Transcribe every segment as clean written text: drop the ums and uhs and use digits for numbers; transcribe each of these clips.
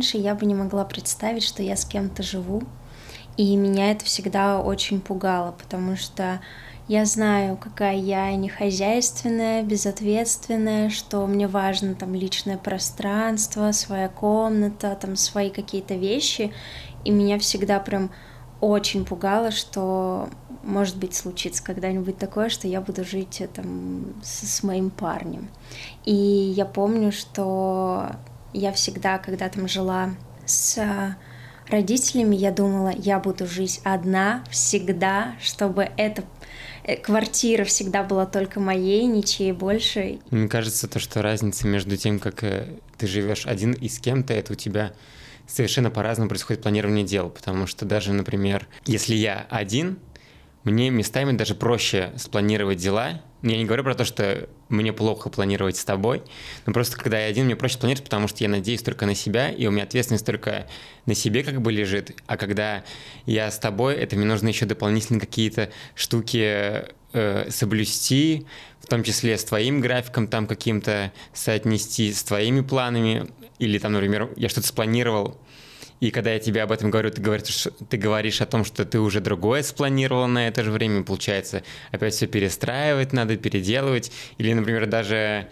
раньше я бы не могла представить, что я с кем-то живу. И меня это всегда очень пугало, потому что я знаю, какая я нехозяйственная, безответственная, что мне важно там личное пространство, своя комната, там свои какие-то вещи. И меня всегда прям очень пугало, что, может быть, случится когда-нибудь такое, что я буду жить там с моим парнем. И я помню, что я всегда, когда там жила с родителями, я думала, я буду жить одна всегда, чтобы эта квартира всегда была только моей, ничьей больше. Мне кажется, то, что разница между тем, как ты живешь один и с кем-то, это у тебя совершенно по-разному происходит планирование дел, потому что даже, например, если я один, мне местами даже проще спланировать дела. Я не говорю про то, что мне плохо планировать с тобой, но просто когда я один, мне проще планировать, потому что я надеюсь только на себя, и у меня ответственность только на себе как бы лежит. А когда я с тобой, это мне нужно еще дополнительно какие-то штуки соблюсти, в том числе с твоим графиком там каким-то соотнести, с твоими планами. Или там, например, я что-то спланировал, и когда я тебе об этом говорю, ты говоришь о том, что ты уже другое спланировал на это же время, получается, опять все перестраивать надо, переделывать. Или, например, даже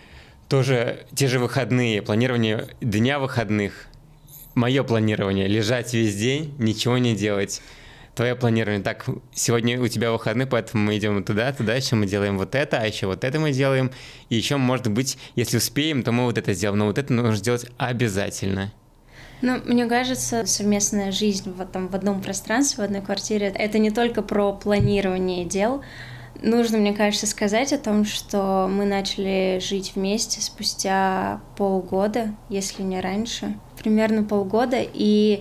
тоже те же выходные, планирование дня выходных. Мое планирование — лежать весь день, ничего не делать. Твое планирование: так, сегодня у тебя выходные, поэтому мы идем туда, еще мы делаем вот это, а еще вот это мы делаем. И еще, может быть, если успеем, то мы вот это сделаем, но вот это нужно сделать обязательно. Ну, мне кажется, совместная жизнь в одном пространстве, в одной квартире — это не только про планирование дел. Нужно, мне кажется, сказать о том, что мы начали жить вместе спустя полгода, если не раньше, примерно полгода, и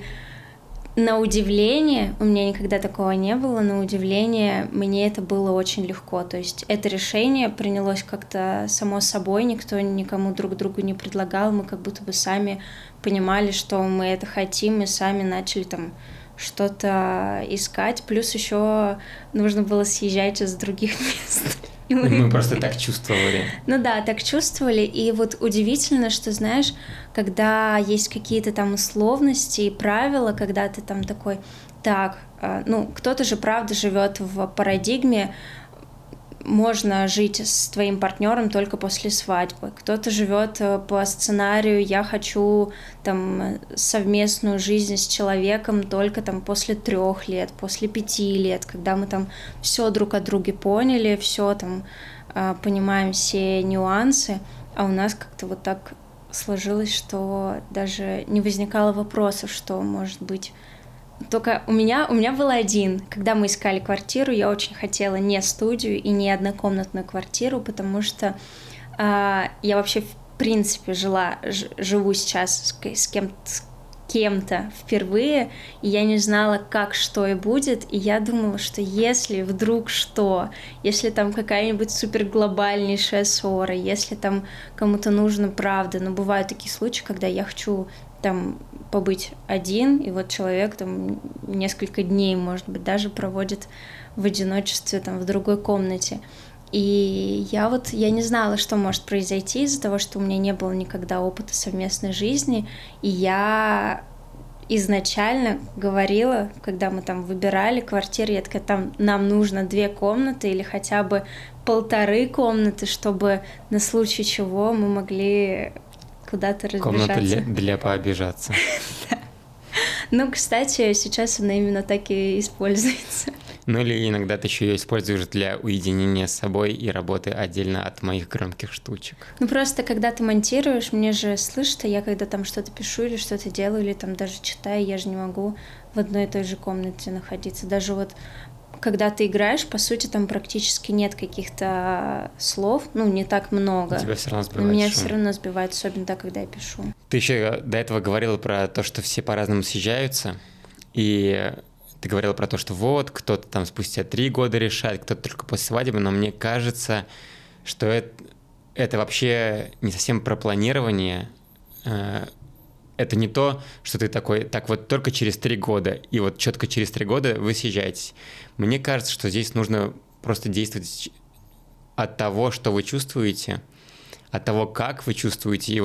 на удивление, у меня никогда такого не было, на удивление мне это было очень легко. То есть это решение принялось как-то само собой, никто никому друг другу не предлагал, мы как будто бы сами понимали, что мы это хотим, и сами начали там что-то искать. Плюс еще нужно было съезжать из других мест. Мы просто так чувствовали. Ну да, так чувствовали. И вот удивительно, что, знаешь, когда есть какие-то там условности и правила, когда ты там такой, так, ну, кто-то же правда живет в парадигме, можно жить с твоим партнером только после свадьбы. Кто-то живет по сценарию «я хочу там совместную жизнь с человеком только там после 3 лет, после 5 лет, когда мы там все друг о друге поняли, все там понимаем все нюансы, а у нас как-то вот так сложилось, что даже не возникало вопросов, что может быть. Только у меня был один. Когда мы искали квартиру, я очень хотела не студию и не однокомнатную квартиру, потому что я вообще в принципе живу сейчас с кем-то впервые, и я не знала, как, что и будет, и я думала, что если вдруг что, если там какая-нибудь суперглобальнейшая ссора, если там кому-то нужно правда, но бывают такие случаи, когда я хочу там побыть один, и вот человек там несколько дней, может быть, даже проводит в одиночестве там в другой комнате. И я не знала, что может произойти из-за того, что у меня не было никогда опыта совместной жизни, и я изначально говорила, когда мы там выбирали квартиру, я такая, там нам нужно 2 комнаты или хотя бы 1,5 комнаты, чтобы на случай чего мы могли куда-то разбежаться. Комната для пообижаться. Ну, кстати, сейчас она именно так и используется. Ну или иногда ты еще ее используешь для уединения с собой и работы отдельно от моих громких штучек. Ну просто когда ты монтируешь, мне же слышно, я когда там что-то пишу или что-то делаю, или там даже читаю, я же не могу в одной и той же комнате находиться. Даже вот когда ты играешь, по сути, там практически нет каких-то слов, ну, не так много. Тебя все равно сбивает. Но меня шум. все равно сбивает, особенно так, когда я пишу. Ты еще до этого говорила про то, что все по-разному съезжаются, и ты говорила про то, что вот, кто-то там спустя 3 года решает, кто-то только после свадьбы, но мне кажется, что это вообще не совсем про планирование. Это не то, что ты такой, так вот только через 3 года, и вот четко через 3 года вы съезжаетесь. Мне кажется, что здесь нужно просто действовать от того, что вы чувствуете, от того, как вы чувствуете, и вот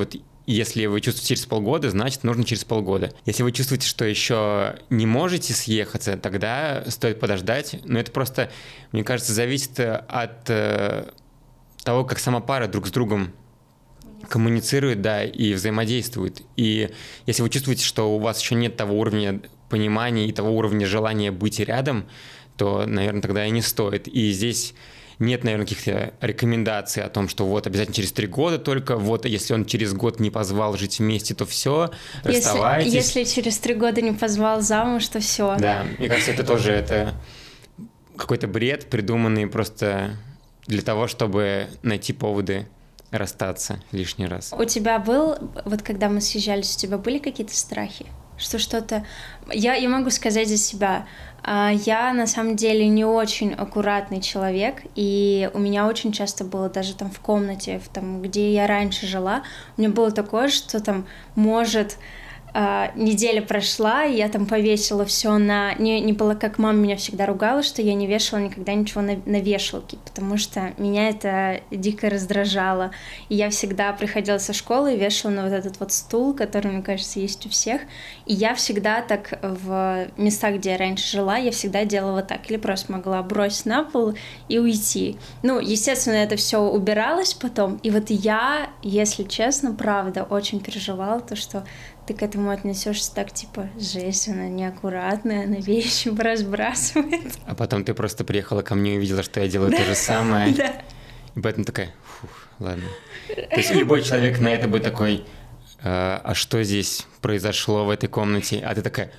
Если вы чувствуете через полгода, значит, нужно через полгода. Если вы чувствуете, что еще не можете съехаться, тогда стоит подождать. Но это просто, мне кажется, зависит от того, как сама пара друг с другом коммуницирует, да, и взаимодействует. И если вы чувствуете, что у вас еще нет того уровня понимания и того уровня желания быть рядом, то, наверное, тогда и не стоит. И здесь нет, наверное, каких-то рекомендаций о том, что вот обязательно через 3 года только, вот если он через год не позвал жить вместе, то все, расставайтесь. Если через 3 года не позвал замуж, то все. Да, мне кажется, это тоже какой-то бред, придуманный просто для того, чтобы найти поводы расстаться лишний раз. У тебя был, вот когда мы съезжались, у тебя были какие-то страхи? Что что-то... Я могу сказать за себя. Я, на самом деле, не очень аккуратный человек, и у меня очень часто было даже там в комнате, где я раньше жила, у меня было такое, что там может... неделя прошла, и я там повесила все на... Не было, как мама меня всегда ругала, что я не вешала никогда ничего на вешалке, потому что меня это дико раздражало. И я всегда приходила со школы и вешала на вот этот вот стул, который, мне кажется, есть у всех. И я всегда так в местах, где я раньше жила, я всегда делала вот так. Или просто могла бросить на пол и уйти. Ну, естественно, это все убиралось потом. И вот я, если честно, правда, очень переживала то, что ты к этому отнесешься так, типа, жесть, она неаккуратная, она вещи разбрасывает. А потом ты просто приехала ко мне и увидела, что я делаю то же самое. Да. И поэтому такая, ладно. То есть любой человек на это будет такой, а что здесь произошло в этой комнате? А ты такая,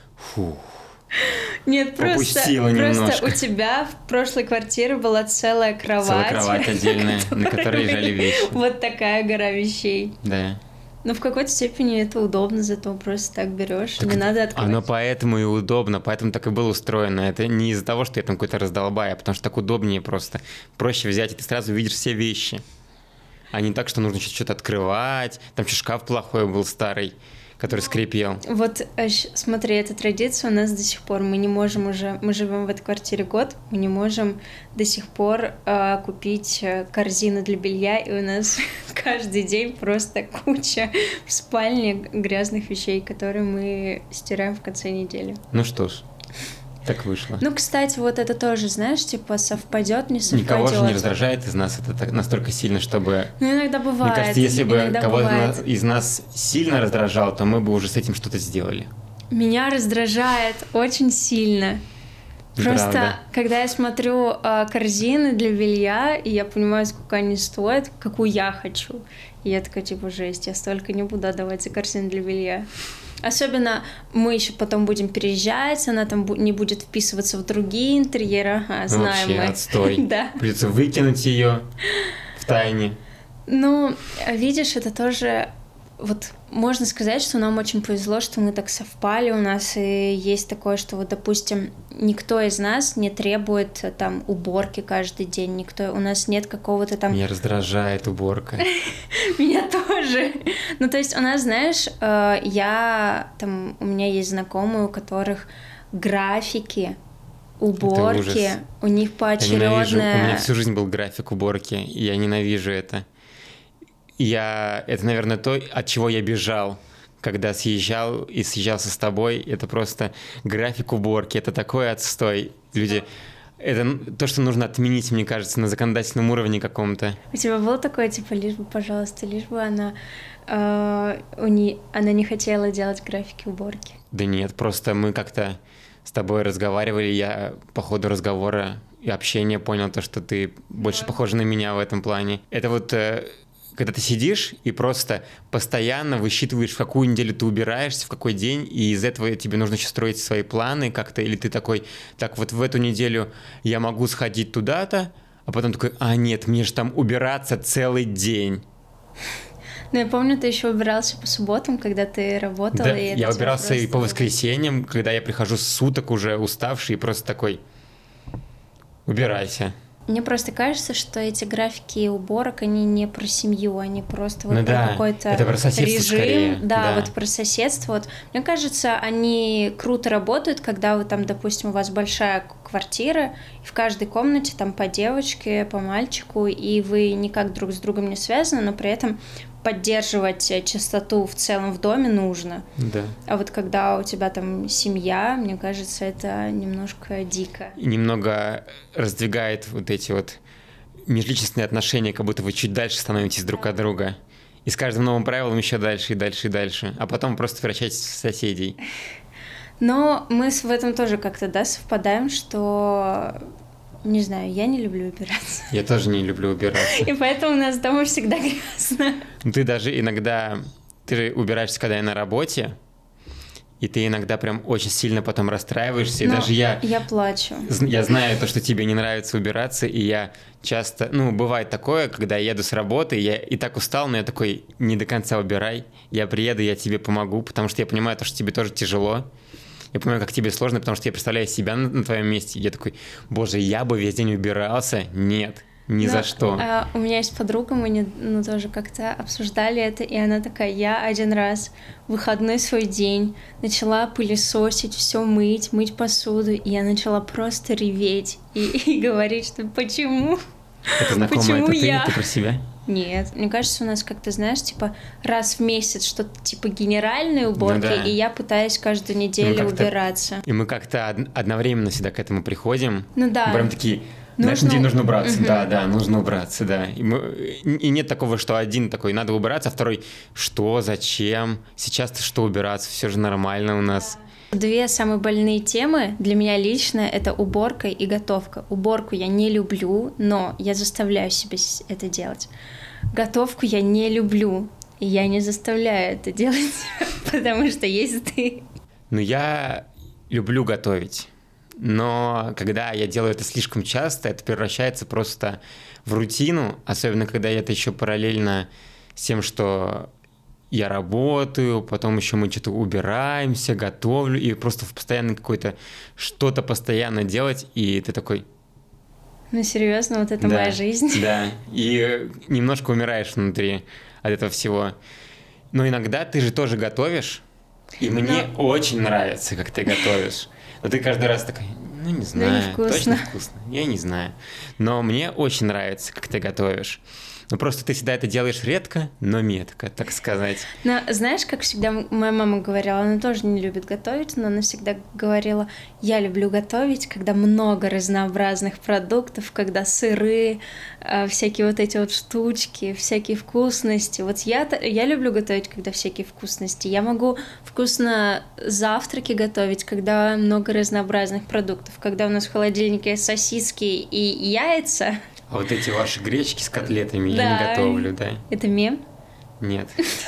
Нет, просто немножко. У тебя в прошлой квартире была целая кровать. Целая кровать отдельная, на которой лежали вещи. Вот такая гора вещей. Да. Но в какой-то степени это удобно, зато просто так берешь, не надо открывать. Оно поэтому и удобно, поэтому так и было устроено. Это не из-за того, что я там какой-то раздолбай, а потому что так удобнее просто. Проще взять, и ты сразу видишь все вещи. А не так, что нужно что-то открывать. Там еще шкаф плохой был старый, который скрипел. Вот смотри, эта традиция у нас до сих пор. Мы не можем уже, мы живем в этой квартире год, мы не можем до сих пор купить корзину для белья, и у нас каждый день просто куча в спальне грязных вещей, которые мы стираем в конце недели. Ну что ж, так вышло. Ну, кстати, вот это тоже, знаешь, типа совпадет, не совпадет. Никого же не раздражает из нас это так настолько сильно, чтобы... Ну, иногда бывает. Мне кажется, если бы кого-то из нас сильно раздражал, то мы бы уже с этим что-то сделали. Меня раздражает очень сильно. Просто, правда. Когда я смотрю корзины для белья, и я понимаю, сколько они стоят, какую я хочу, и я такая, типа, жесть, я столько не буду отдавать за корзину для белья. Особенно мы еще потом будем переезжать, она там не будет вписываться в другие интерьеры, знаем вообще мы. Отстой. Да. Придется выкинуть ее в тайне. Ну, видишь, это тоже... Вот можно сказать, что нам очень повезло, что мы так совпали. У нас и есть такое, что вот, допустим, никто из нас не требует там уборки каждый день, у нас нет какого-то там... Меня раздражает уборка. Меня тоже. Ну, то есть у нас, знаешь, у меня есть знакомые, у которых графики уборки, у них поочередное... У меня всю жизнь был график уборки, и я ненавижу это. Это, наверное, то, от чего я бежал, когда съезжался с тобой. Это просто график уборки, это такой отстой. Люди... Это то, что нужно отменить, мне кажется, на законодательном уровне каком-то. У тебя было такое, типа, лишь бы она не хотела делать графики уборки? Да нет, просто мы как-то с тобой разговаривали, я по ходу разговора и общения понял то, что ты больше похожа на меня в этом плане. Это вот... Когда ты сидишь и просто постоянно высчитываешь, в какую неделю ты убираешься, в какой день, и из этого тебе нужно еще строить свои планы как-то, или ты такой, так вот в эту неделю я могу сходить туда-то, а потом такой, нет, мне же там убираться целый день. Ну, я помню, ты еще убирался по субботам, когда ты работал. Да, я убирался и по воскресеньям, когда я прихожу с суток уже уставший, и просто такой, убирайся. Мне просто кажется, что эти графики уборок, они не про семью, они просто вот про какой-то это про соседство режим. Скорее. Да, вот про соседство. Вот. Мне кажется, они круто работают, когда вы там, допустим, у вас большая квартира, и в каждой комнате там по девочке, по мальчику, и вы никак друг с другом не связаны, но при этом поддерживать чистоту в целом в доме нужно. Да. А вот когда у тебя там семья, мне кажется, это немножко дико. И немного раздвигает вот эти вот межличностные отношения, как будто вы чуть дальше становитесь друг от друга. И с каждым новым правилом еще дальше и дальше и дальше. А потом просто превращаетесь в соседей. Но мы в этом тоже как-то, да, совпадаем, что... Не знаю, я не люблю убираться. Я тоже не люблю убираться. И поэтому у нас дома всегда грязно. Ты даже иногда... Ты убираешься, когда я на работе, и ты иногда прям очень сильно потом расстраиваешься. И даже я плачу. Я знаю то, что тебе не нравится убираться, и я часто... бывает такое, когда я еду с работы, я и так устал, но я такой, не до конца убирай. Я приеду, я тебе помогу, потому что я понимаю то, что тебе тоже тяжело. Я понимаю, как тебе сложно, потому что я представляю себя на твоем месте. И я такой, боже, я бы весь день убирался. Нет, ни за что. У меня есть подруга, мы тоже как-то обсуждали это, и она такая, я один раз в выходной свой день начала пылесосить, все мыть посуду, и я начала просто реветь и говорить, что почему? Это знакомое, это ты про себя? Нет, мне кажется, у нас как-то, знаешь, типа раз в месяц что-то типа генеральной уборки, и я пытаюсь каждую неделю убираться. И мы как-то одновременно всегда к этому приходим. Ну да. Прям такие, знаешь, день нужно убраться, да, нужно убраться, да. И нет такого, что один такой, надо убираться, а второй, что, зачем, сейчас-то что убираться, все же нормально у нас. Две самые больные темы для меня лично — это уборка и готовка. Уборку я не люблю, но я заставляю себя это делать. Готовку я не люблю, и я не заставляю это делать, потому что есть ты. Я люблю готовить, но когда я делаю это слишком часто, это превращается просто в рутину, особенно когда это еще параллельно с тем, что я работаю, потом еще мы что-то убираемся, готовлю, и просто в постоянно какое-то что-то постоянно делать, и ты такой... Серьезно, вот это моя жизнь? Да, и немножко умираешь внутри от этого всего. Но иногда ты же тоже готовишь, и мне очень нравится, как ты готовишь. Но ты каждый раз такой, не знаю, точно вкусно, я не знаю. Но мне очень нравится, как ты готовишь. Просто ты всегда это делаешь редко, но метко, так сказать. Но знаешь, как всегда моя мама говорила, она тоже не любит готовить, но она всегда говорила, я люблю готовить, когда много разнообразных продуктов, когда сыры, всякие вот эти вот штучки, всякие вкусности. Вот я люблю готовить, когда всякие вкусности. Я могу вкусно завтраки готовить, когда много разнообразных продуктов, когда у нас в холодильнике сосиски и яйца. А вот эти ваши гречки с котлетами я не готовлю, да? Это мем? Нет.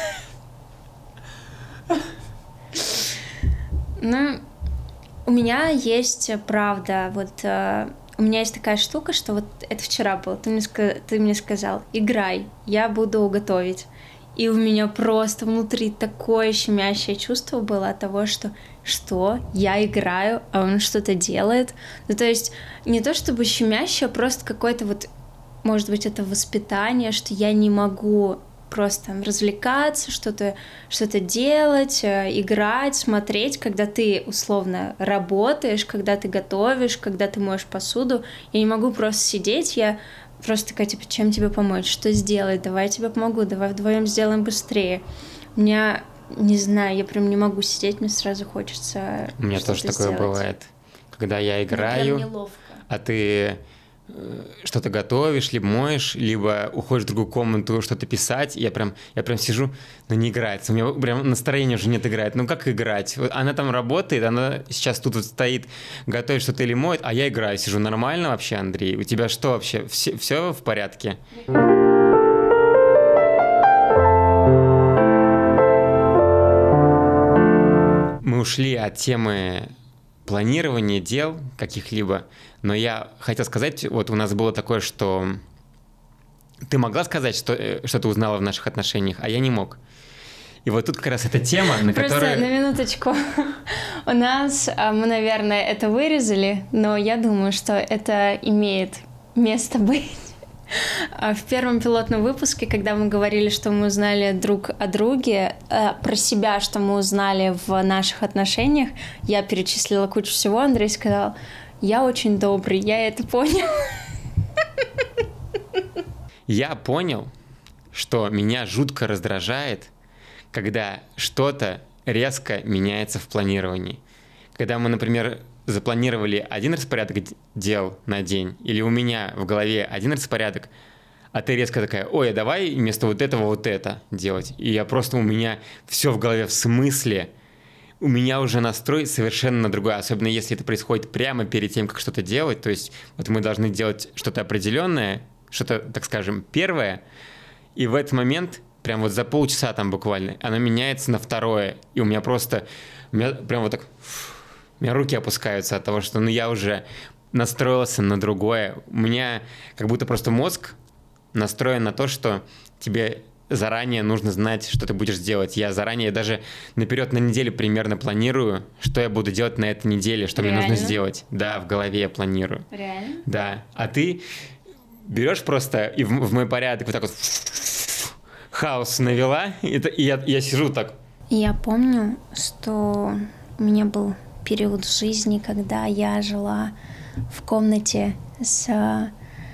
У меня есть, правда, у меня есть такая штука, что вот это вчера было, ты мне сказал, играй, я буду готовить. И у меня просто внутри такое щемящее чувство было от того, что я играю, а он что-то делает. То есть не то чтобы щемящее, а просто какое-то может быть, это воспитание, что я не могу просто развлекаться, что-то делать, играть, смотреть, когда ты условно работаешь, когда ты готовишь, когда ты моешь посуду. Я не могу просто сидеть, я просто такая, типа, чем тебе помочь, что сделать, давай я тебе помогу, давай вдвоем сделаем быстрее. У меня, не знаю, я прям не могу сидеть, мне сразу хочется У меня тоже такое бывает, когда я играю, а ты что-то готовишь, либо моешь, либо уходишь в другую комнату что-то писать, и я прям сижу, но не играется. У меня прям настроения уже нет играть. Как играть? Она там работает, она сейчас тут стоит, готовит что-то или моет, а я играю, сижу. Нормально вообще, Андрей? У тебя что вообще? Все в порядке? Мы ушли от темы планирования дел каких-либо, но я хотел сказать, вот у нас было такое, что ты могла сказать, что ты узнала в наших отношениях, а я не мог. И вот тут как раз эта тема, на которую... Просто на минуточку. У нас, мы, наверное, это вырезали, но я думаю, что это имеет место быть. В первом пилотном выпуске, когда мы говорили, что мы узнали друг о друге, про себя, что мы узнали в наших отношениях, я перечислила кучу всего, Андрей сказал, я очень добрый, я это понял. Я понял, что меня жутко раздражает, когда что-то резко меняется в планировании. Когда мы, например, запланировали один распорядок дел на день, или у меня в голове один распорядок, а ты резко такая: ой, а давай вместо вот этого вот это делать. И у меня все в голове в смысле. У меня уже настрой совершенно на другой, особенно если это происходит прямо перед тем, как что-то делать. То есть вот мы должны делать что-то определенное, что-то, так скажем, первое, и в этот момент, прям вот за полчаса там буквально, оно меняется на второе, и у меня прям вот так, у меня руки опускаются от того, что я уже настроился на другое. У меня как будто просто мозг настроен на то, что тебе заранее нужно знать, что ты будешь делать. Я заранее даже наперед на неделю примерно планирую, что я буду делать на этой неделе, что Реально? мне нужно сделать. Да, в голове я планирую. Реально? Да. А ты берешь просто и в мой порядок вот так вот хаос навела, и я сижу так. Я помню, что у меня был период в жизни, когда я жила в комнате с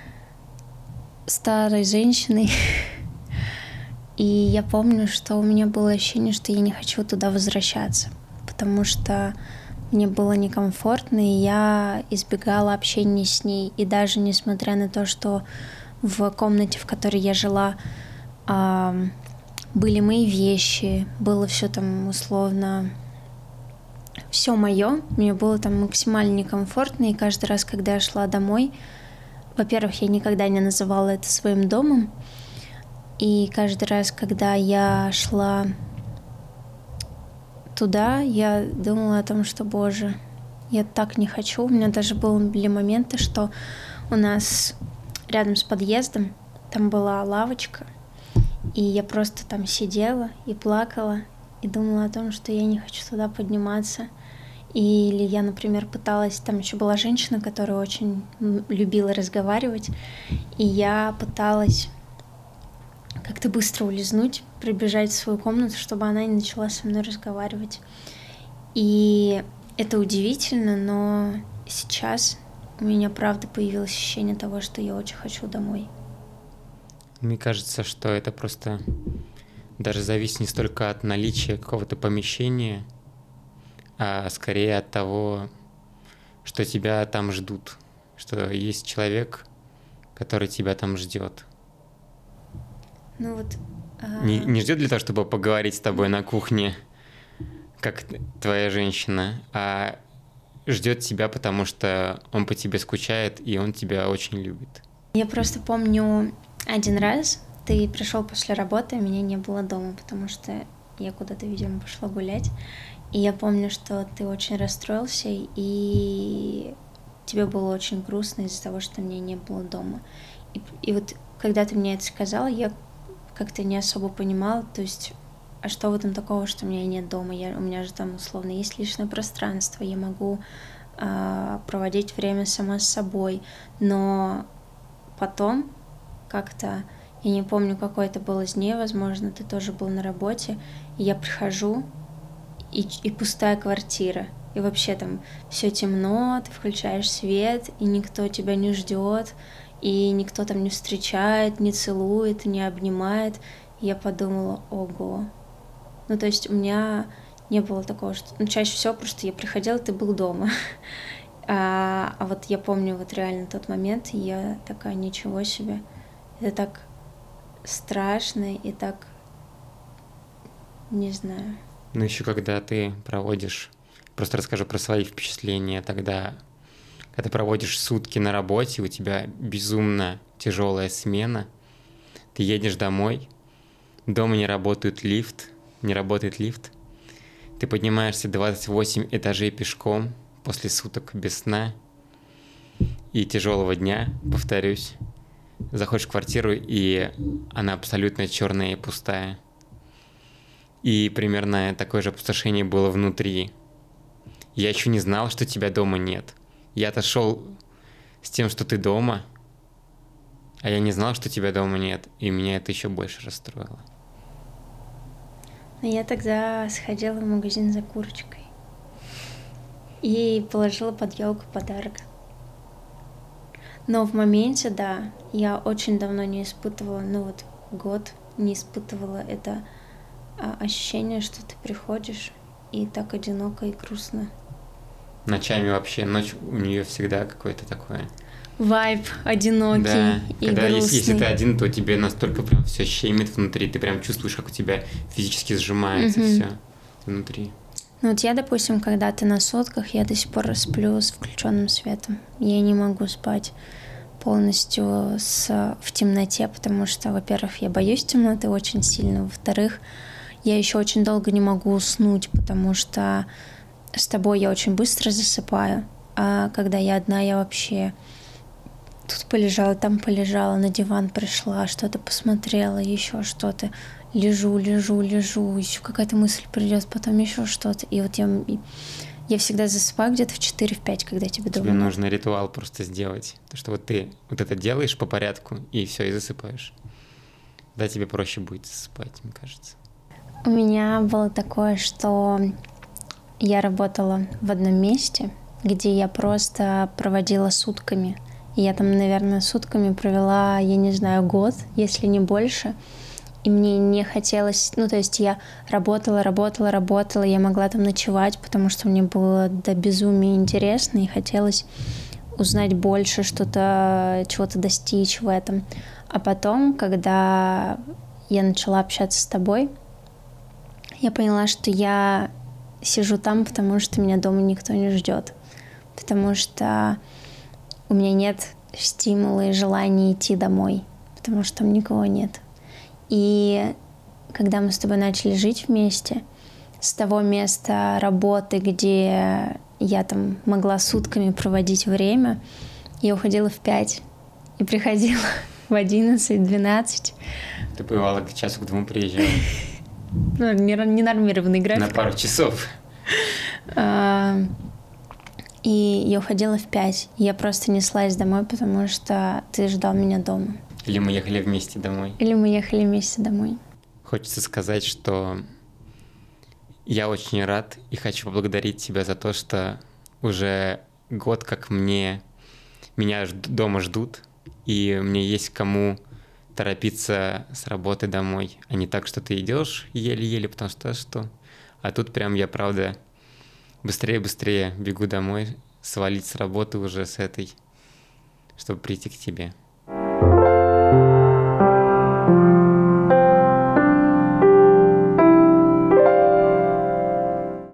старой женщиной. И я помню, что у меня было ощущение, что я не хочу туда возвращаться, потому что мне было некомфортно, и я избегала общения с ней. И даже несмотря на то, что в комнате, в которой я жила, были мои вещи, было все там условно, все мое, мне было там максимально некомфортно, и каждый раз, когда я шла домой, во-первых, я никогда не называла это своим домом, и каждый раз, когда я шла туда, я думала о том, что, боже, я так не хочу. У меня даже были моменты, что у нас рядом с подъездом там была лавочка, и я просто там сидела и плакала, и думала о том, что я не хочу туда подниматься. Или я, например, пыталась... Там еще была женщина, которая очень любила разговаривать, и я пыталась как-то быстро улизнуть, прибежать в свою комнату, чтобы она не начала со мной разговаривать. И это удивительно, но сейчас у меня, правда, появилось ощущение того, что я очень хочу домой. Мне кажется, что это просто даже зависит не столько от наличия какого-то помещения, а скорее от того, что тебя там ждут, что есть человек, который тебя там ждет. Ну вот... Не ждет для того, чтобы поговорить с тобой на кухне, как твоя женщина, а ждет тебя, потому что он по тебе скучает, и он тебя очень любит. Я просто помню один раз, ты пришел после работы, а меня не было дома, потому что я куда-то, видимо, пошла гулять. И я помню, что ты очень расстроился, и тебе было очень грустно из-за того, что меня не было дома. И вот когда ты мне это сказала, я как-то не особо понимала, то есть, а что в этом такого, что меня нет дома? У меня же там, условно, есть личное пространство, я могу проводить время сама с собой. Но потом как-то, я не помню, какой это был из дней, возможно, ты тоже был на работе, и я прихожу, и пустая квартира. И вообще там все темно, ты включаешь свет, и никто тебя не ждет, и никто там не встречает, не целует, не обнимает. И я подумала: ого. Ну, то есть у меня не было такого, что... Ну, чаще всего просто я приходила, ты был дома. А вот я помню вот реально тот момент, и я такая: ничего себе. Это так страшно и так... Не знаю. Ну, еще когда ты проводишь... Просто расскажу про свои впечатления тогда. Когда ты проводишь сутки на работе, у тебя безумно тяжелая смена, ты едешь домой, дома не работает лифт, ты поднимаешься 28 этажей пешком после суток без сна и тяжелого дня, повторюсь, заходишь в квартиру, и она абсолютно черная и пустая. И примерно такое же опустошение было внутри. Я еще не знал, что тебя дома нет. Я отошел с тем, что ты дома, а я не знал, что тебя дома нет, и меня это еще больше расстроило. Но я тогда сходила в магазин за курочкой и положила под елку подарок. Но в моменте, да, я очень давно не испытывала, ну вот год не испытывала это ощущение, что ты приходишь и так одиноко и грустно. Ночами вообще, ночь у нее всегда какое-то такое. Вайб одинокий, да, и когда грустный. Если ты один, то тебе настолько прям все щемит внутри, ты прям чувствуешь, как у тебя физически сжимается все внутри. Ну вот я, допустим, когда ты на сутках, я до сих пор сплю с включенным светом. Я не могу спать полностью в темноте, потому что, во-первых, я боюсь темноты очень сильно, во-вторых, я еще очень долго не могу уснуть, потому что с тобой я очень быстро засыпаю, а когда я одна, я вообще тут полежала, там полежала, на диван пришла, что-то посмотрела, еще что-то. Лежу, еще какая-то мысль придет, потом еще что-то. И вот я всегда засыпаю где-то в 4-5, когда тебе дома. Тебе нужно ритуал просто сделать. То, что вот ты вот это делаешь по порядку, и все, и засыпаешь. Да, тебе проще будет засыпать, мне кажется. У меня было такое, что я работала в одном месте, где я просто проводила сутками. И я там, наверное, сутками провела, я не знаю, год, если не больше. И мне не хотелось, ну, то есть я работала, я могла там ночевать, потому что мне было до безумия интересно, и хотелось узнать больше, чего-то достичь в этом. А потом, когда я начала общаться с тобой, я поняла, что я сижу там, потому что меня дома никто не ждет, потому что у меня нет стимула и желания идти домой, потому что там никого нет. И когда мы с тобой начали жить вместе, с того места работы, где я там могла сутками проводить время, я уходила в 5 и приходила в 11-12. Ты бывало к часу, к 2 приезжала? Ну, ненормированный график. На пару часов. И я уходила в 5. Я просто неслась домой, потому что ты ждал меня дома. Или мы ехали вместе домой. Хочется сказать, что я очень рад и хочу поблагодарить тебя за то, что уже год как меня дома ждут, и мне есть кому торопиться с работы домой, а не так, что ты идешь еле-еле, потому что. А тут прям я, правда, быстрее бегу домой, свалить с работы уже с этой, чтобы прийти к тебе.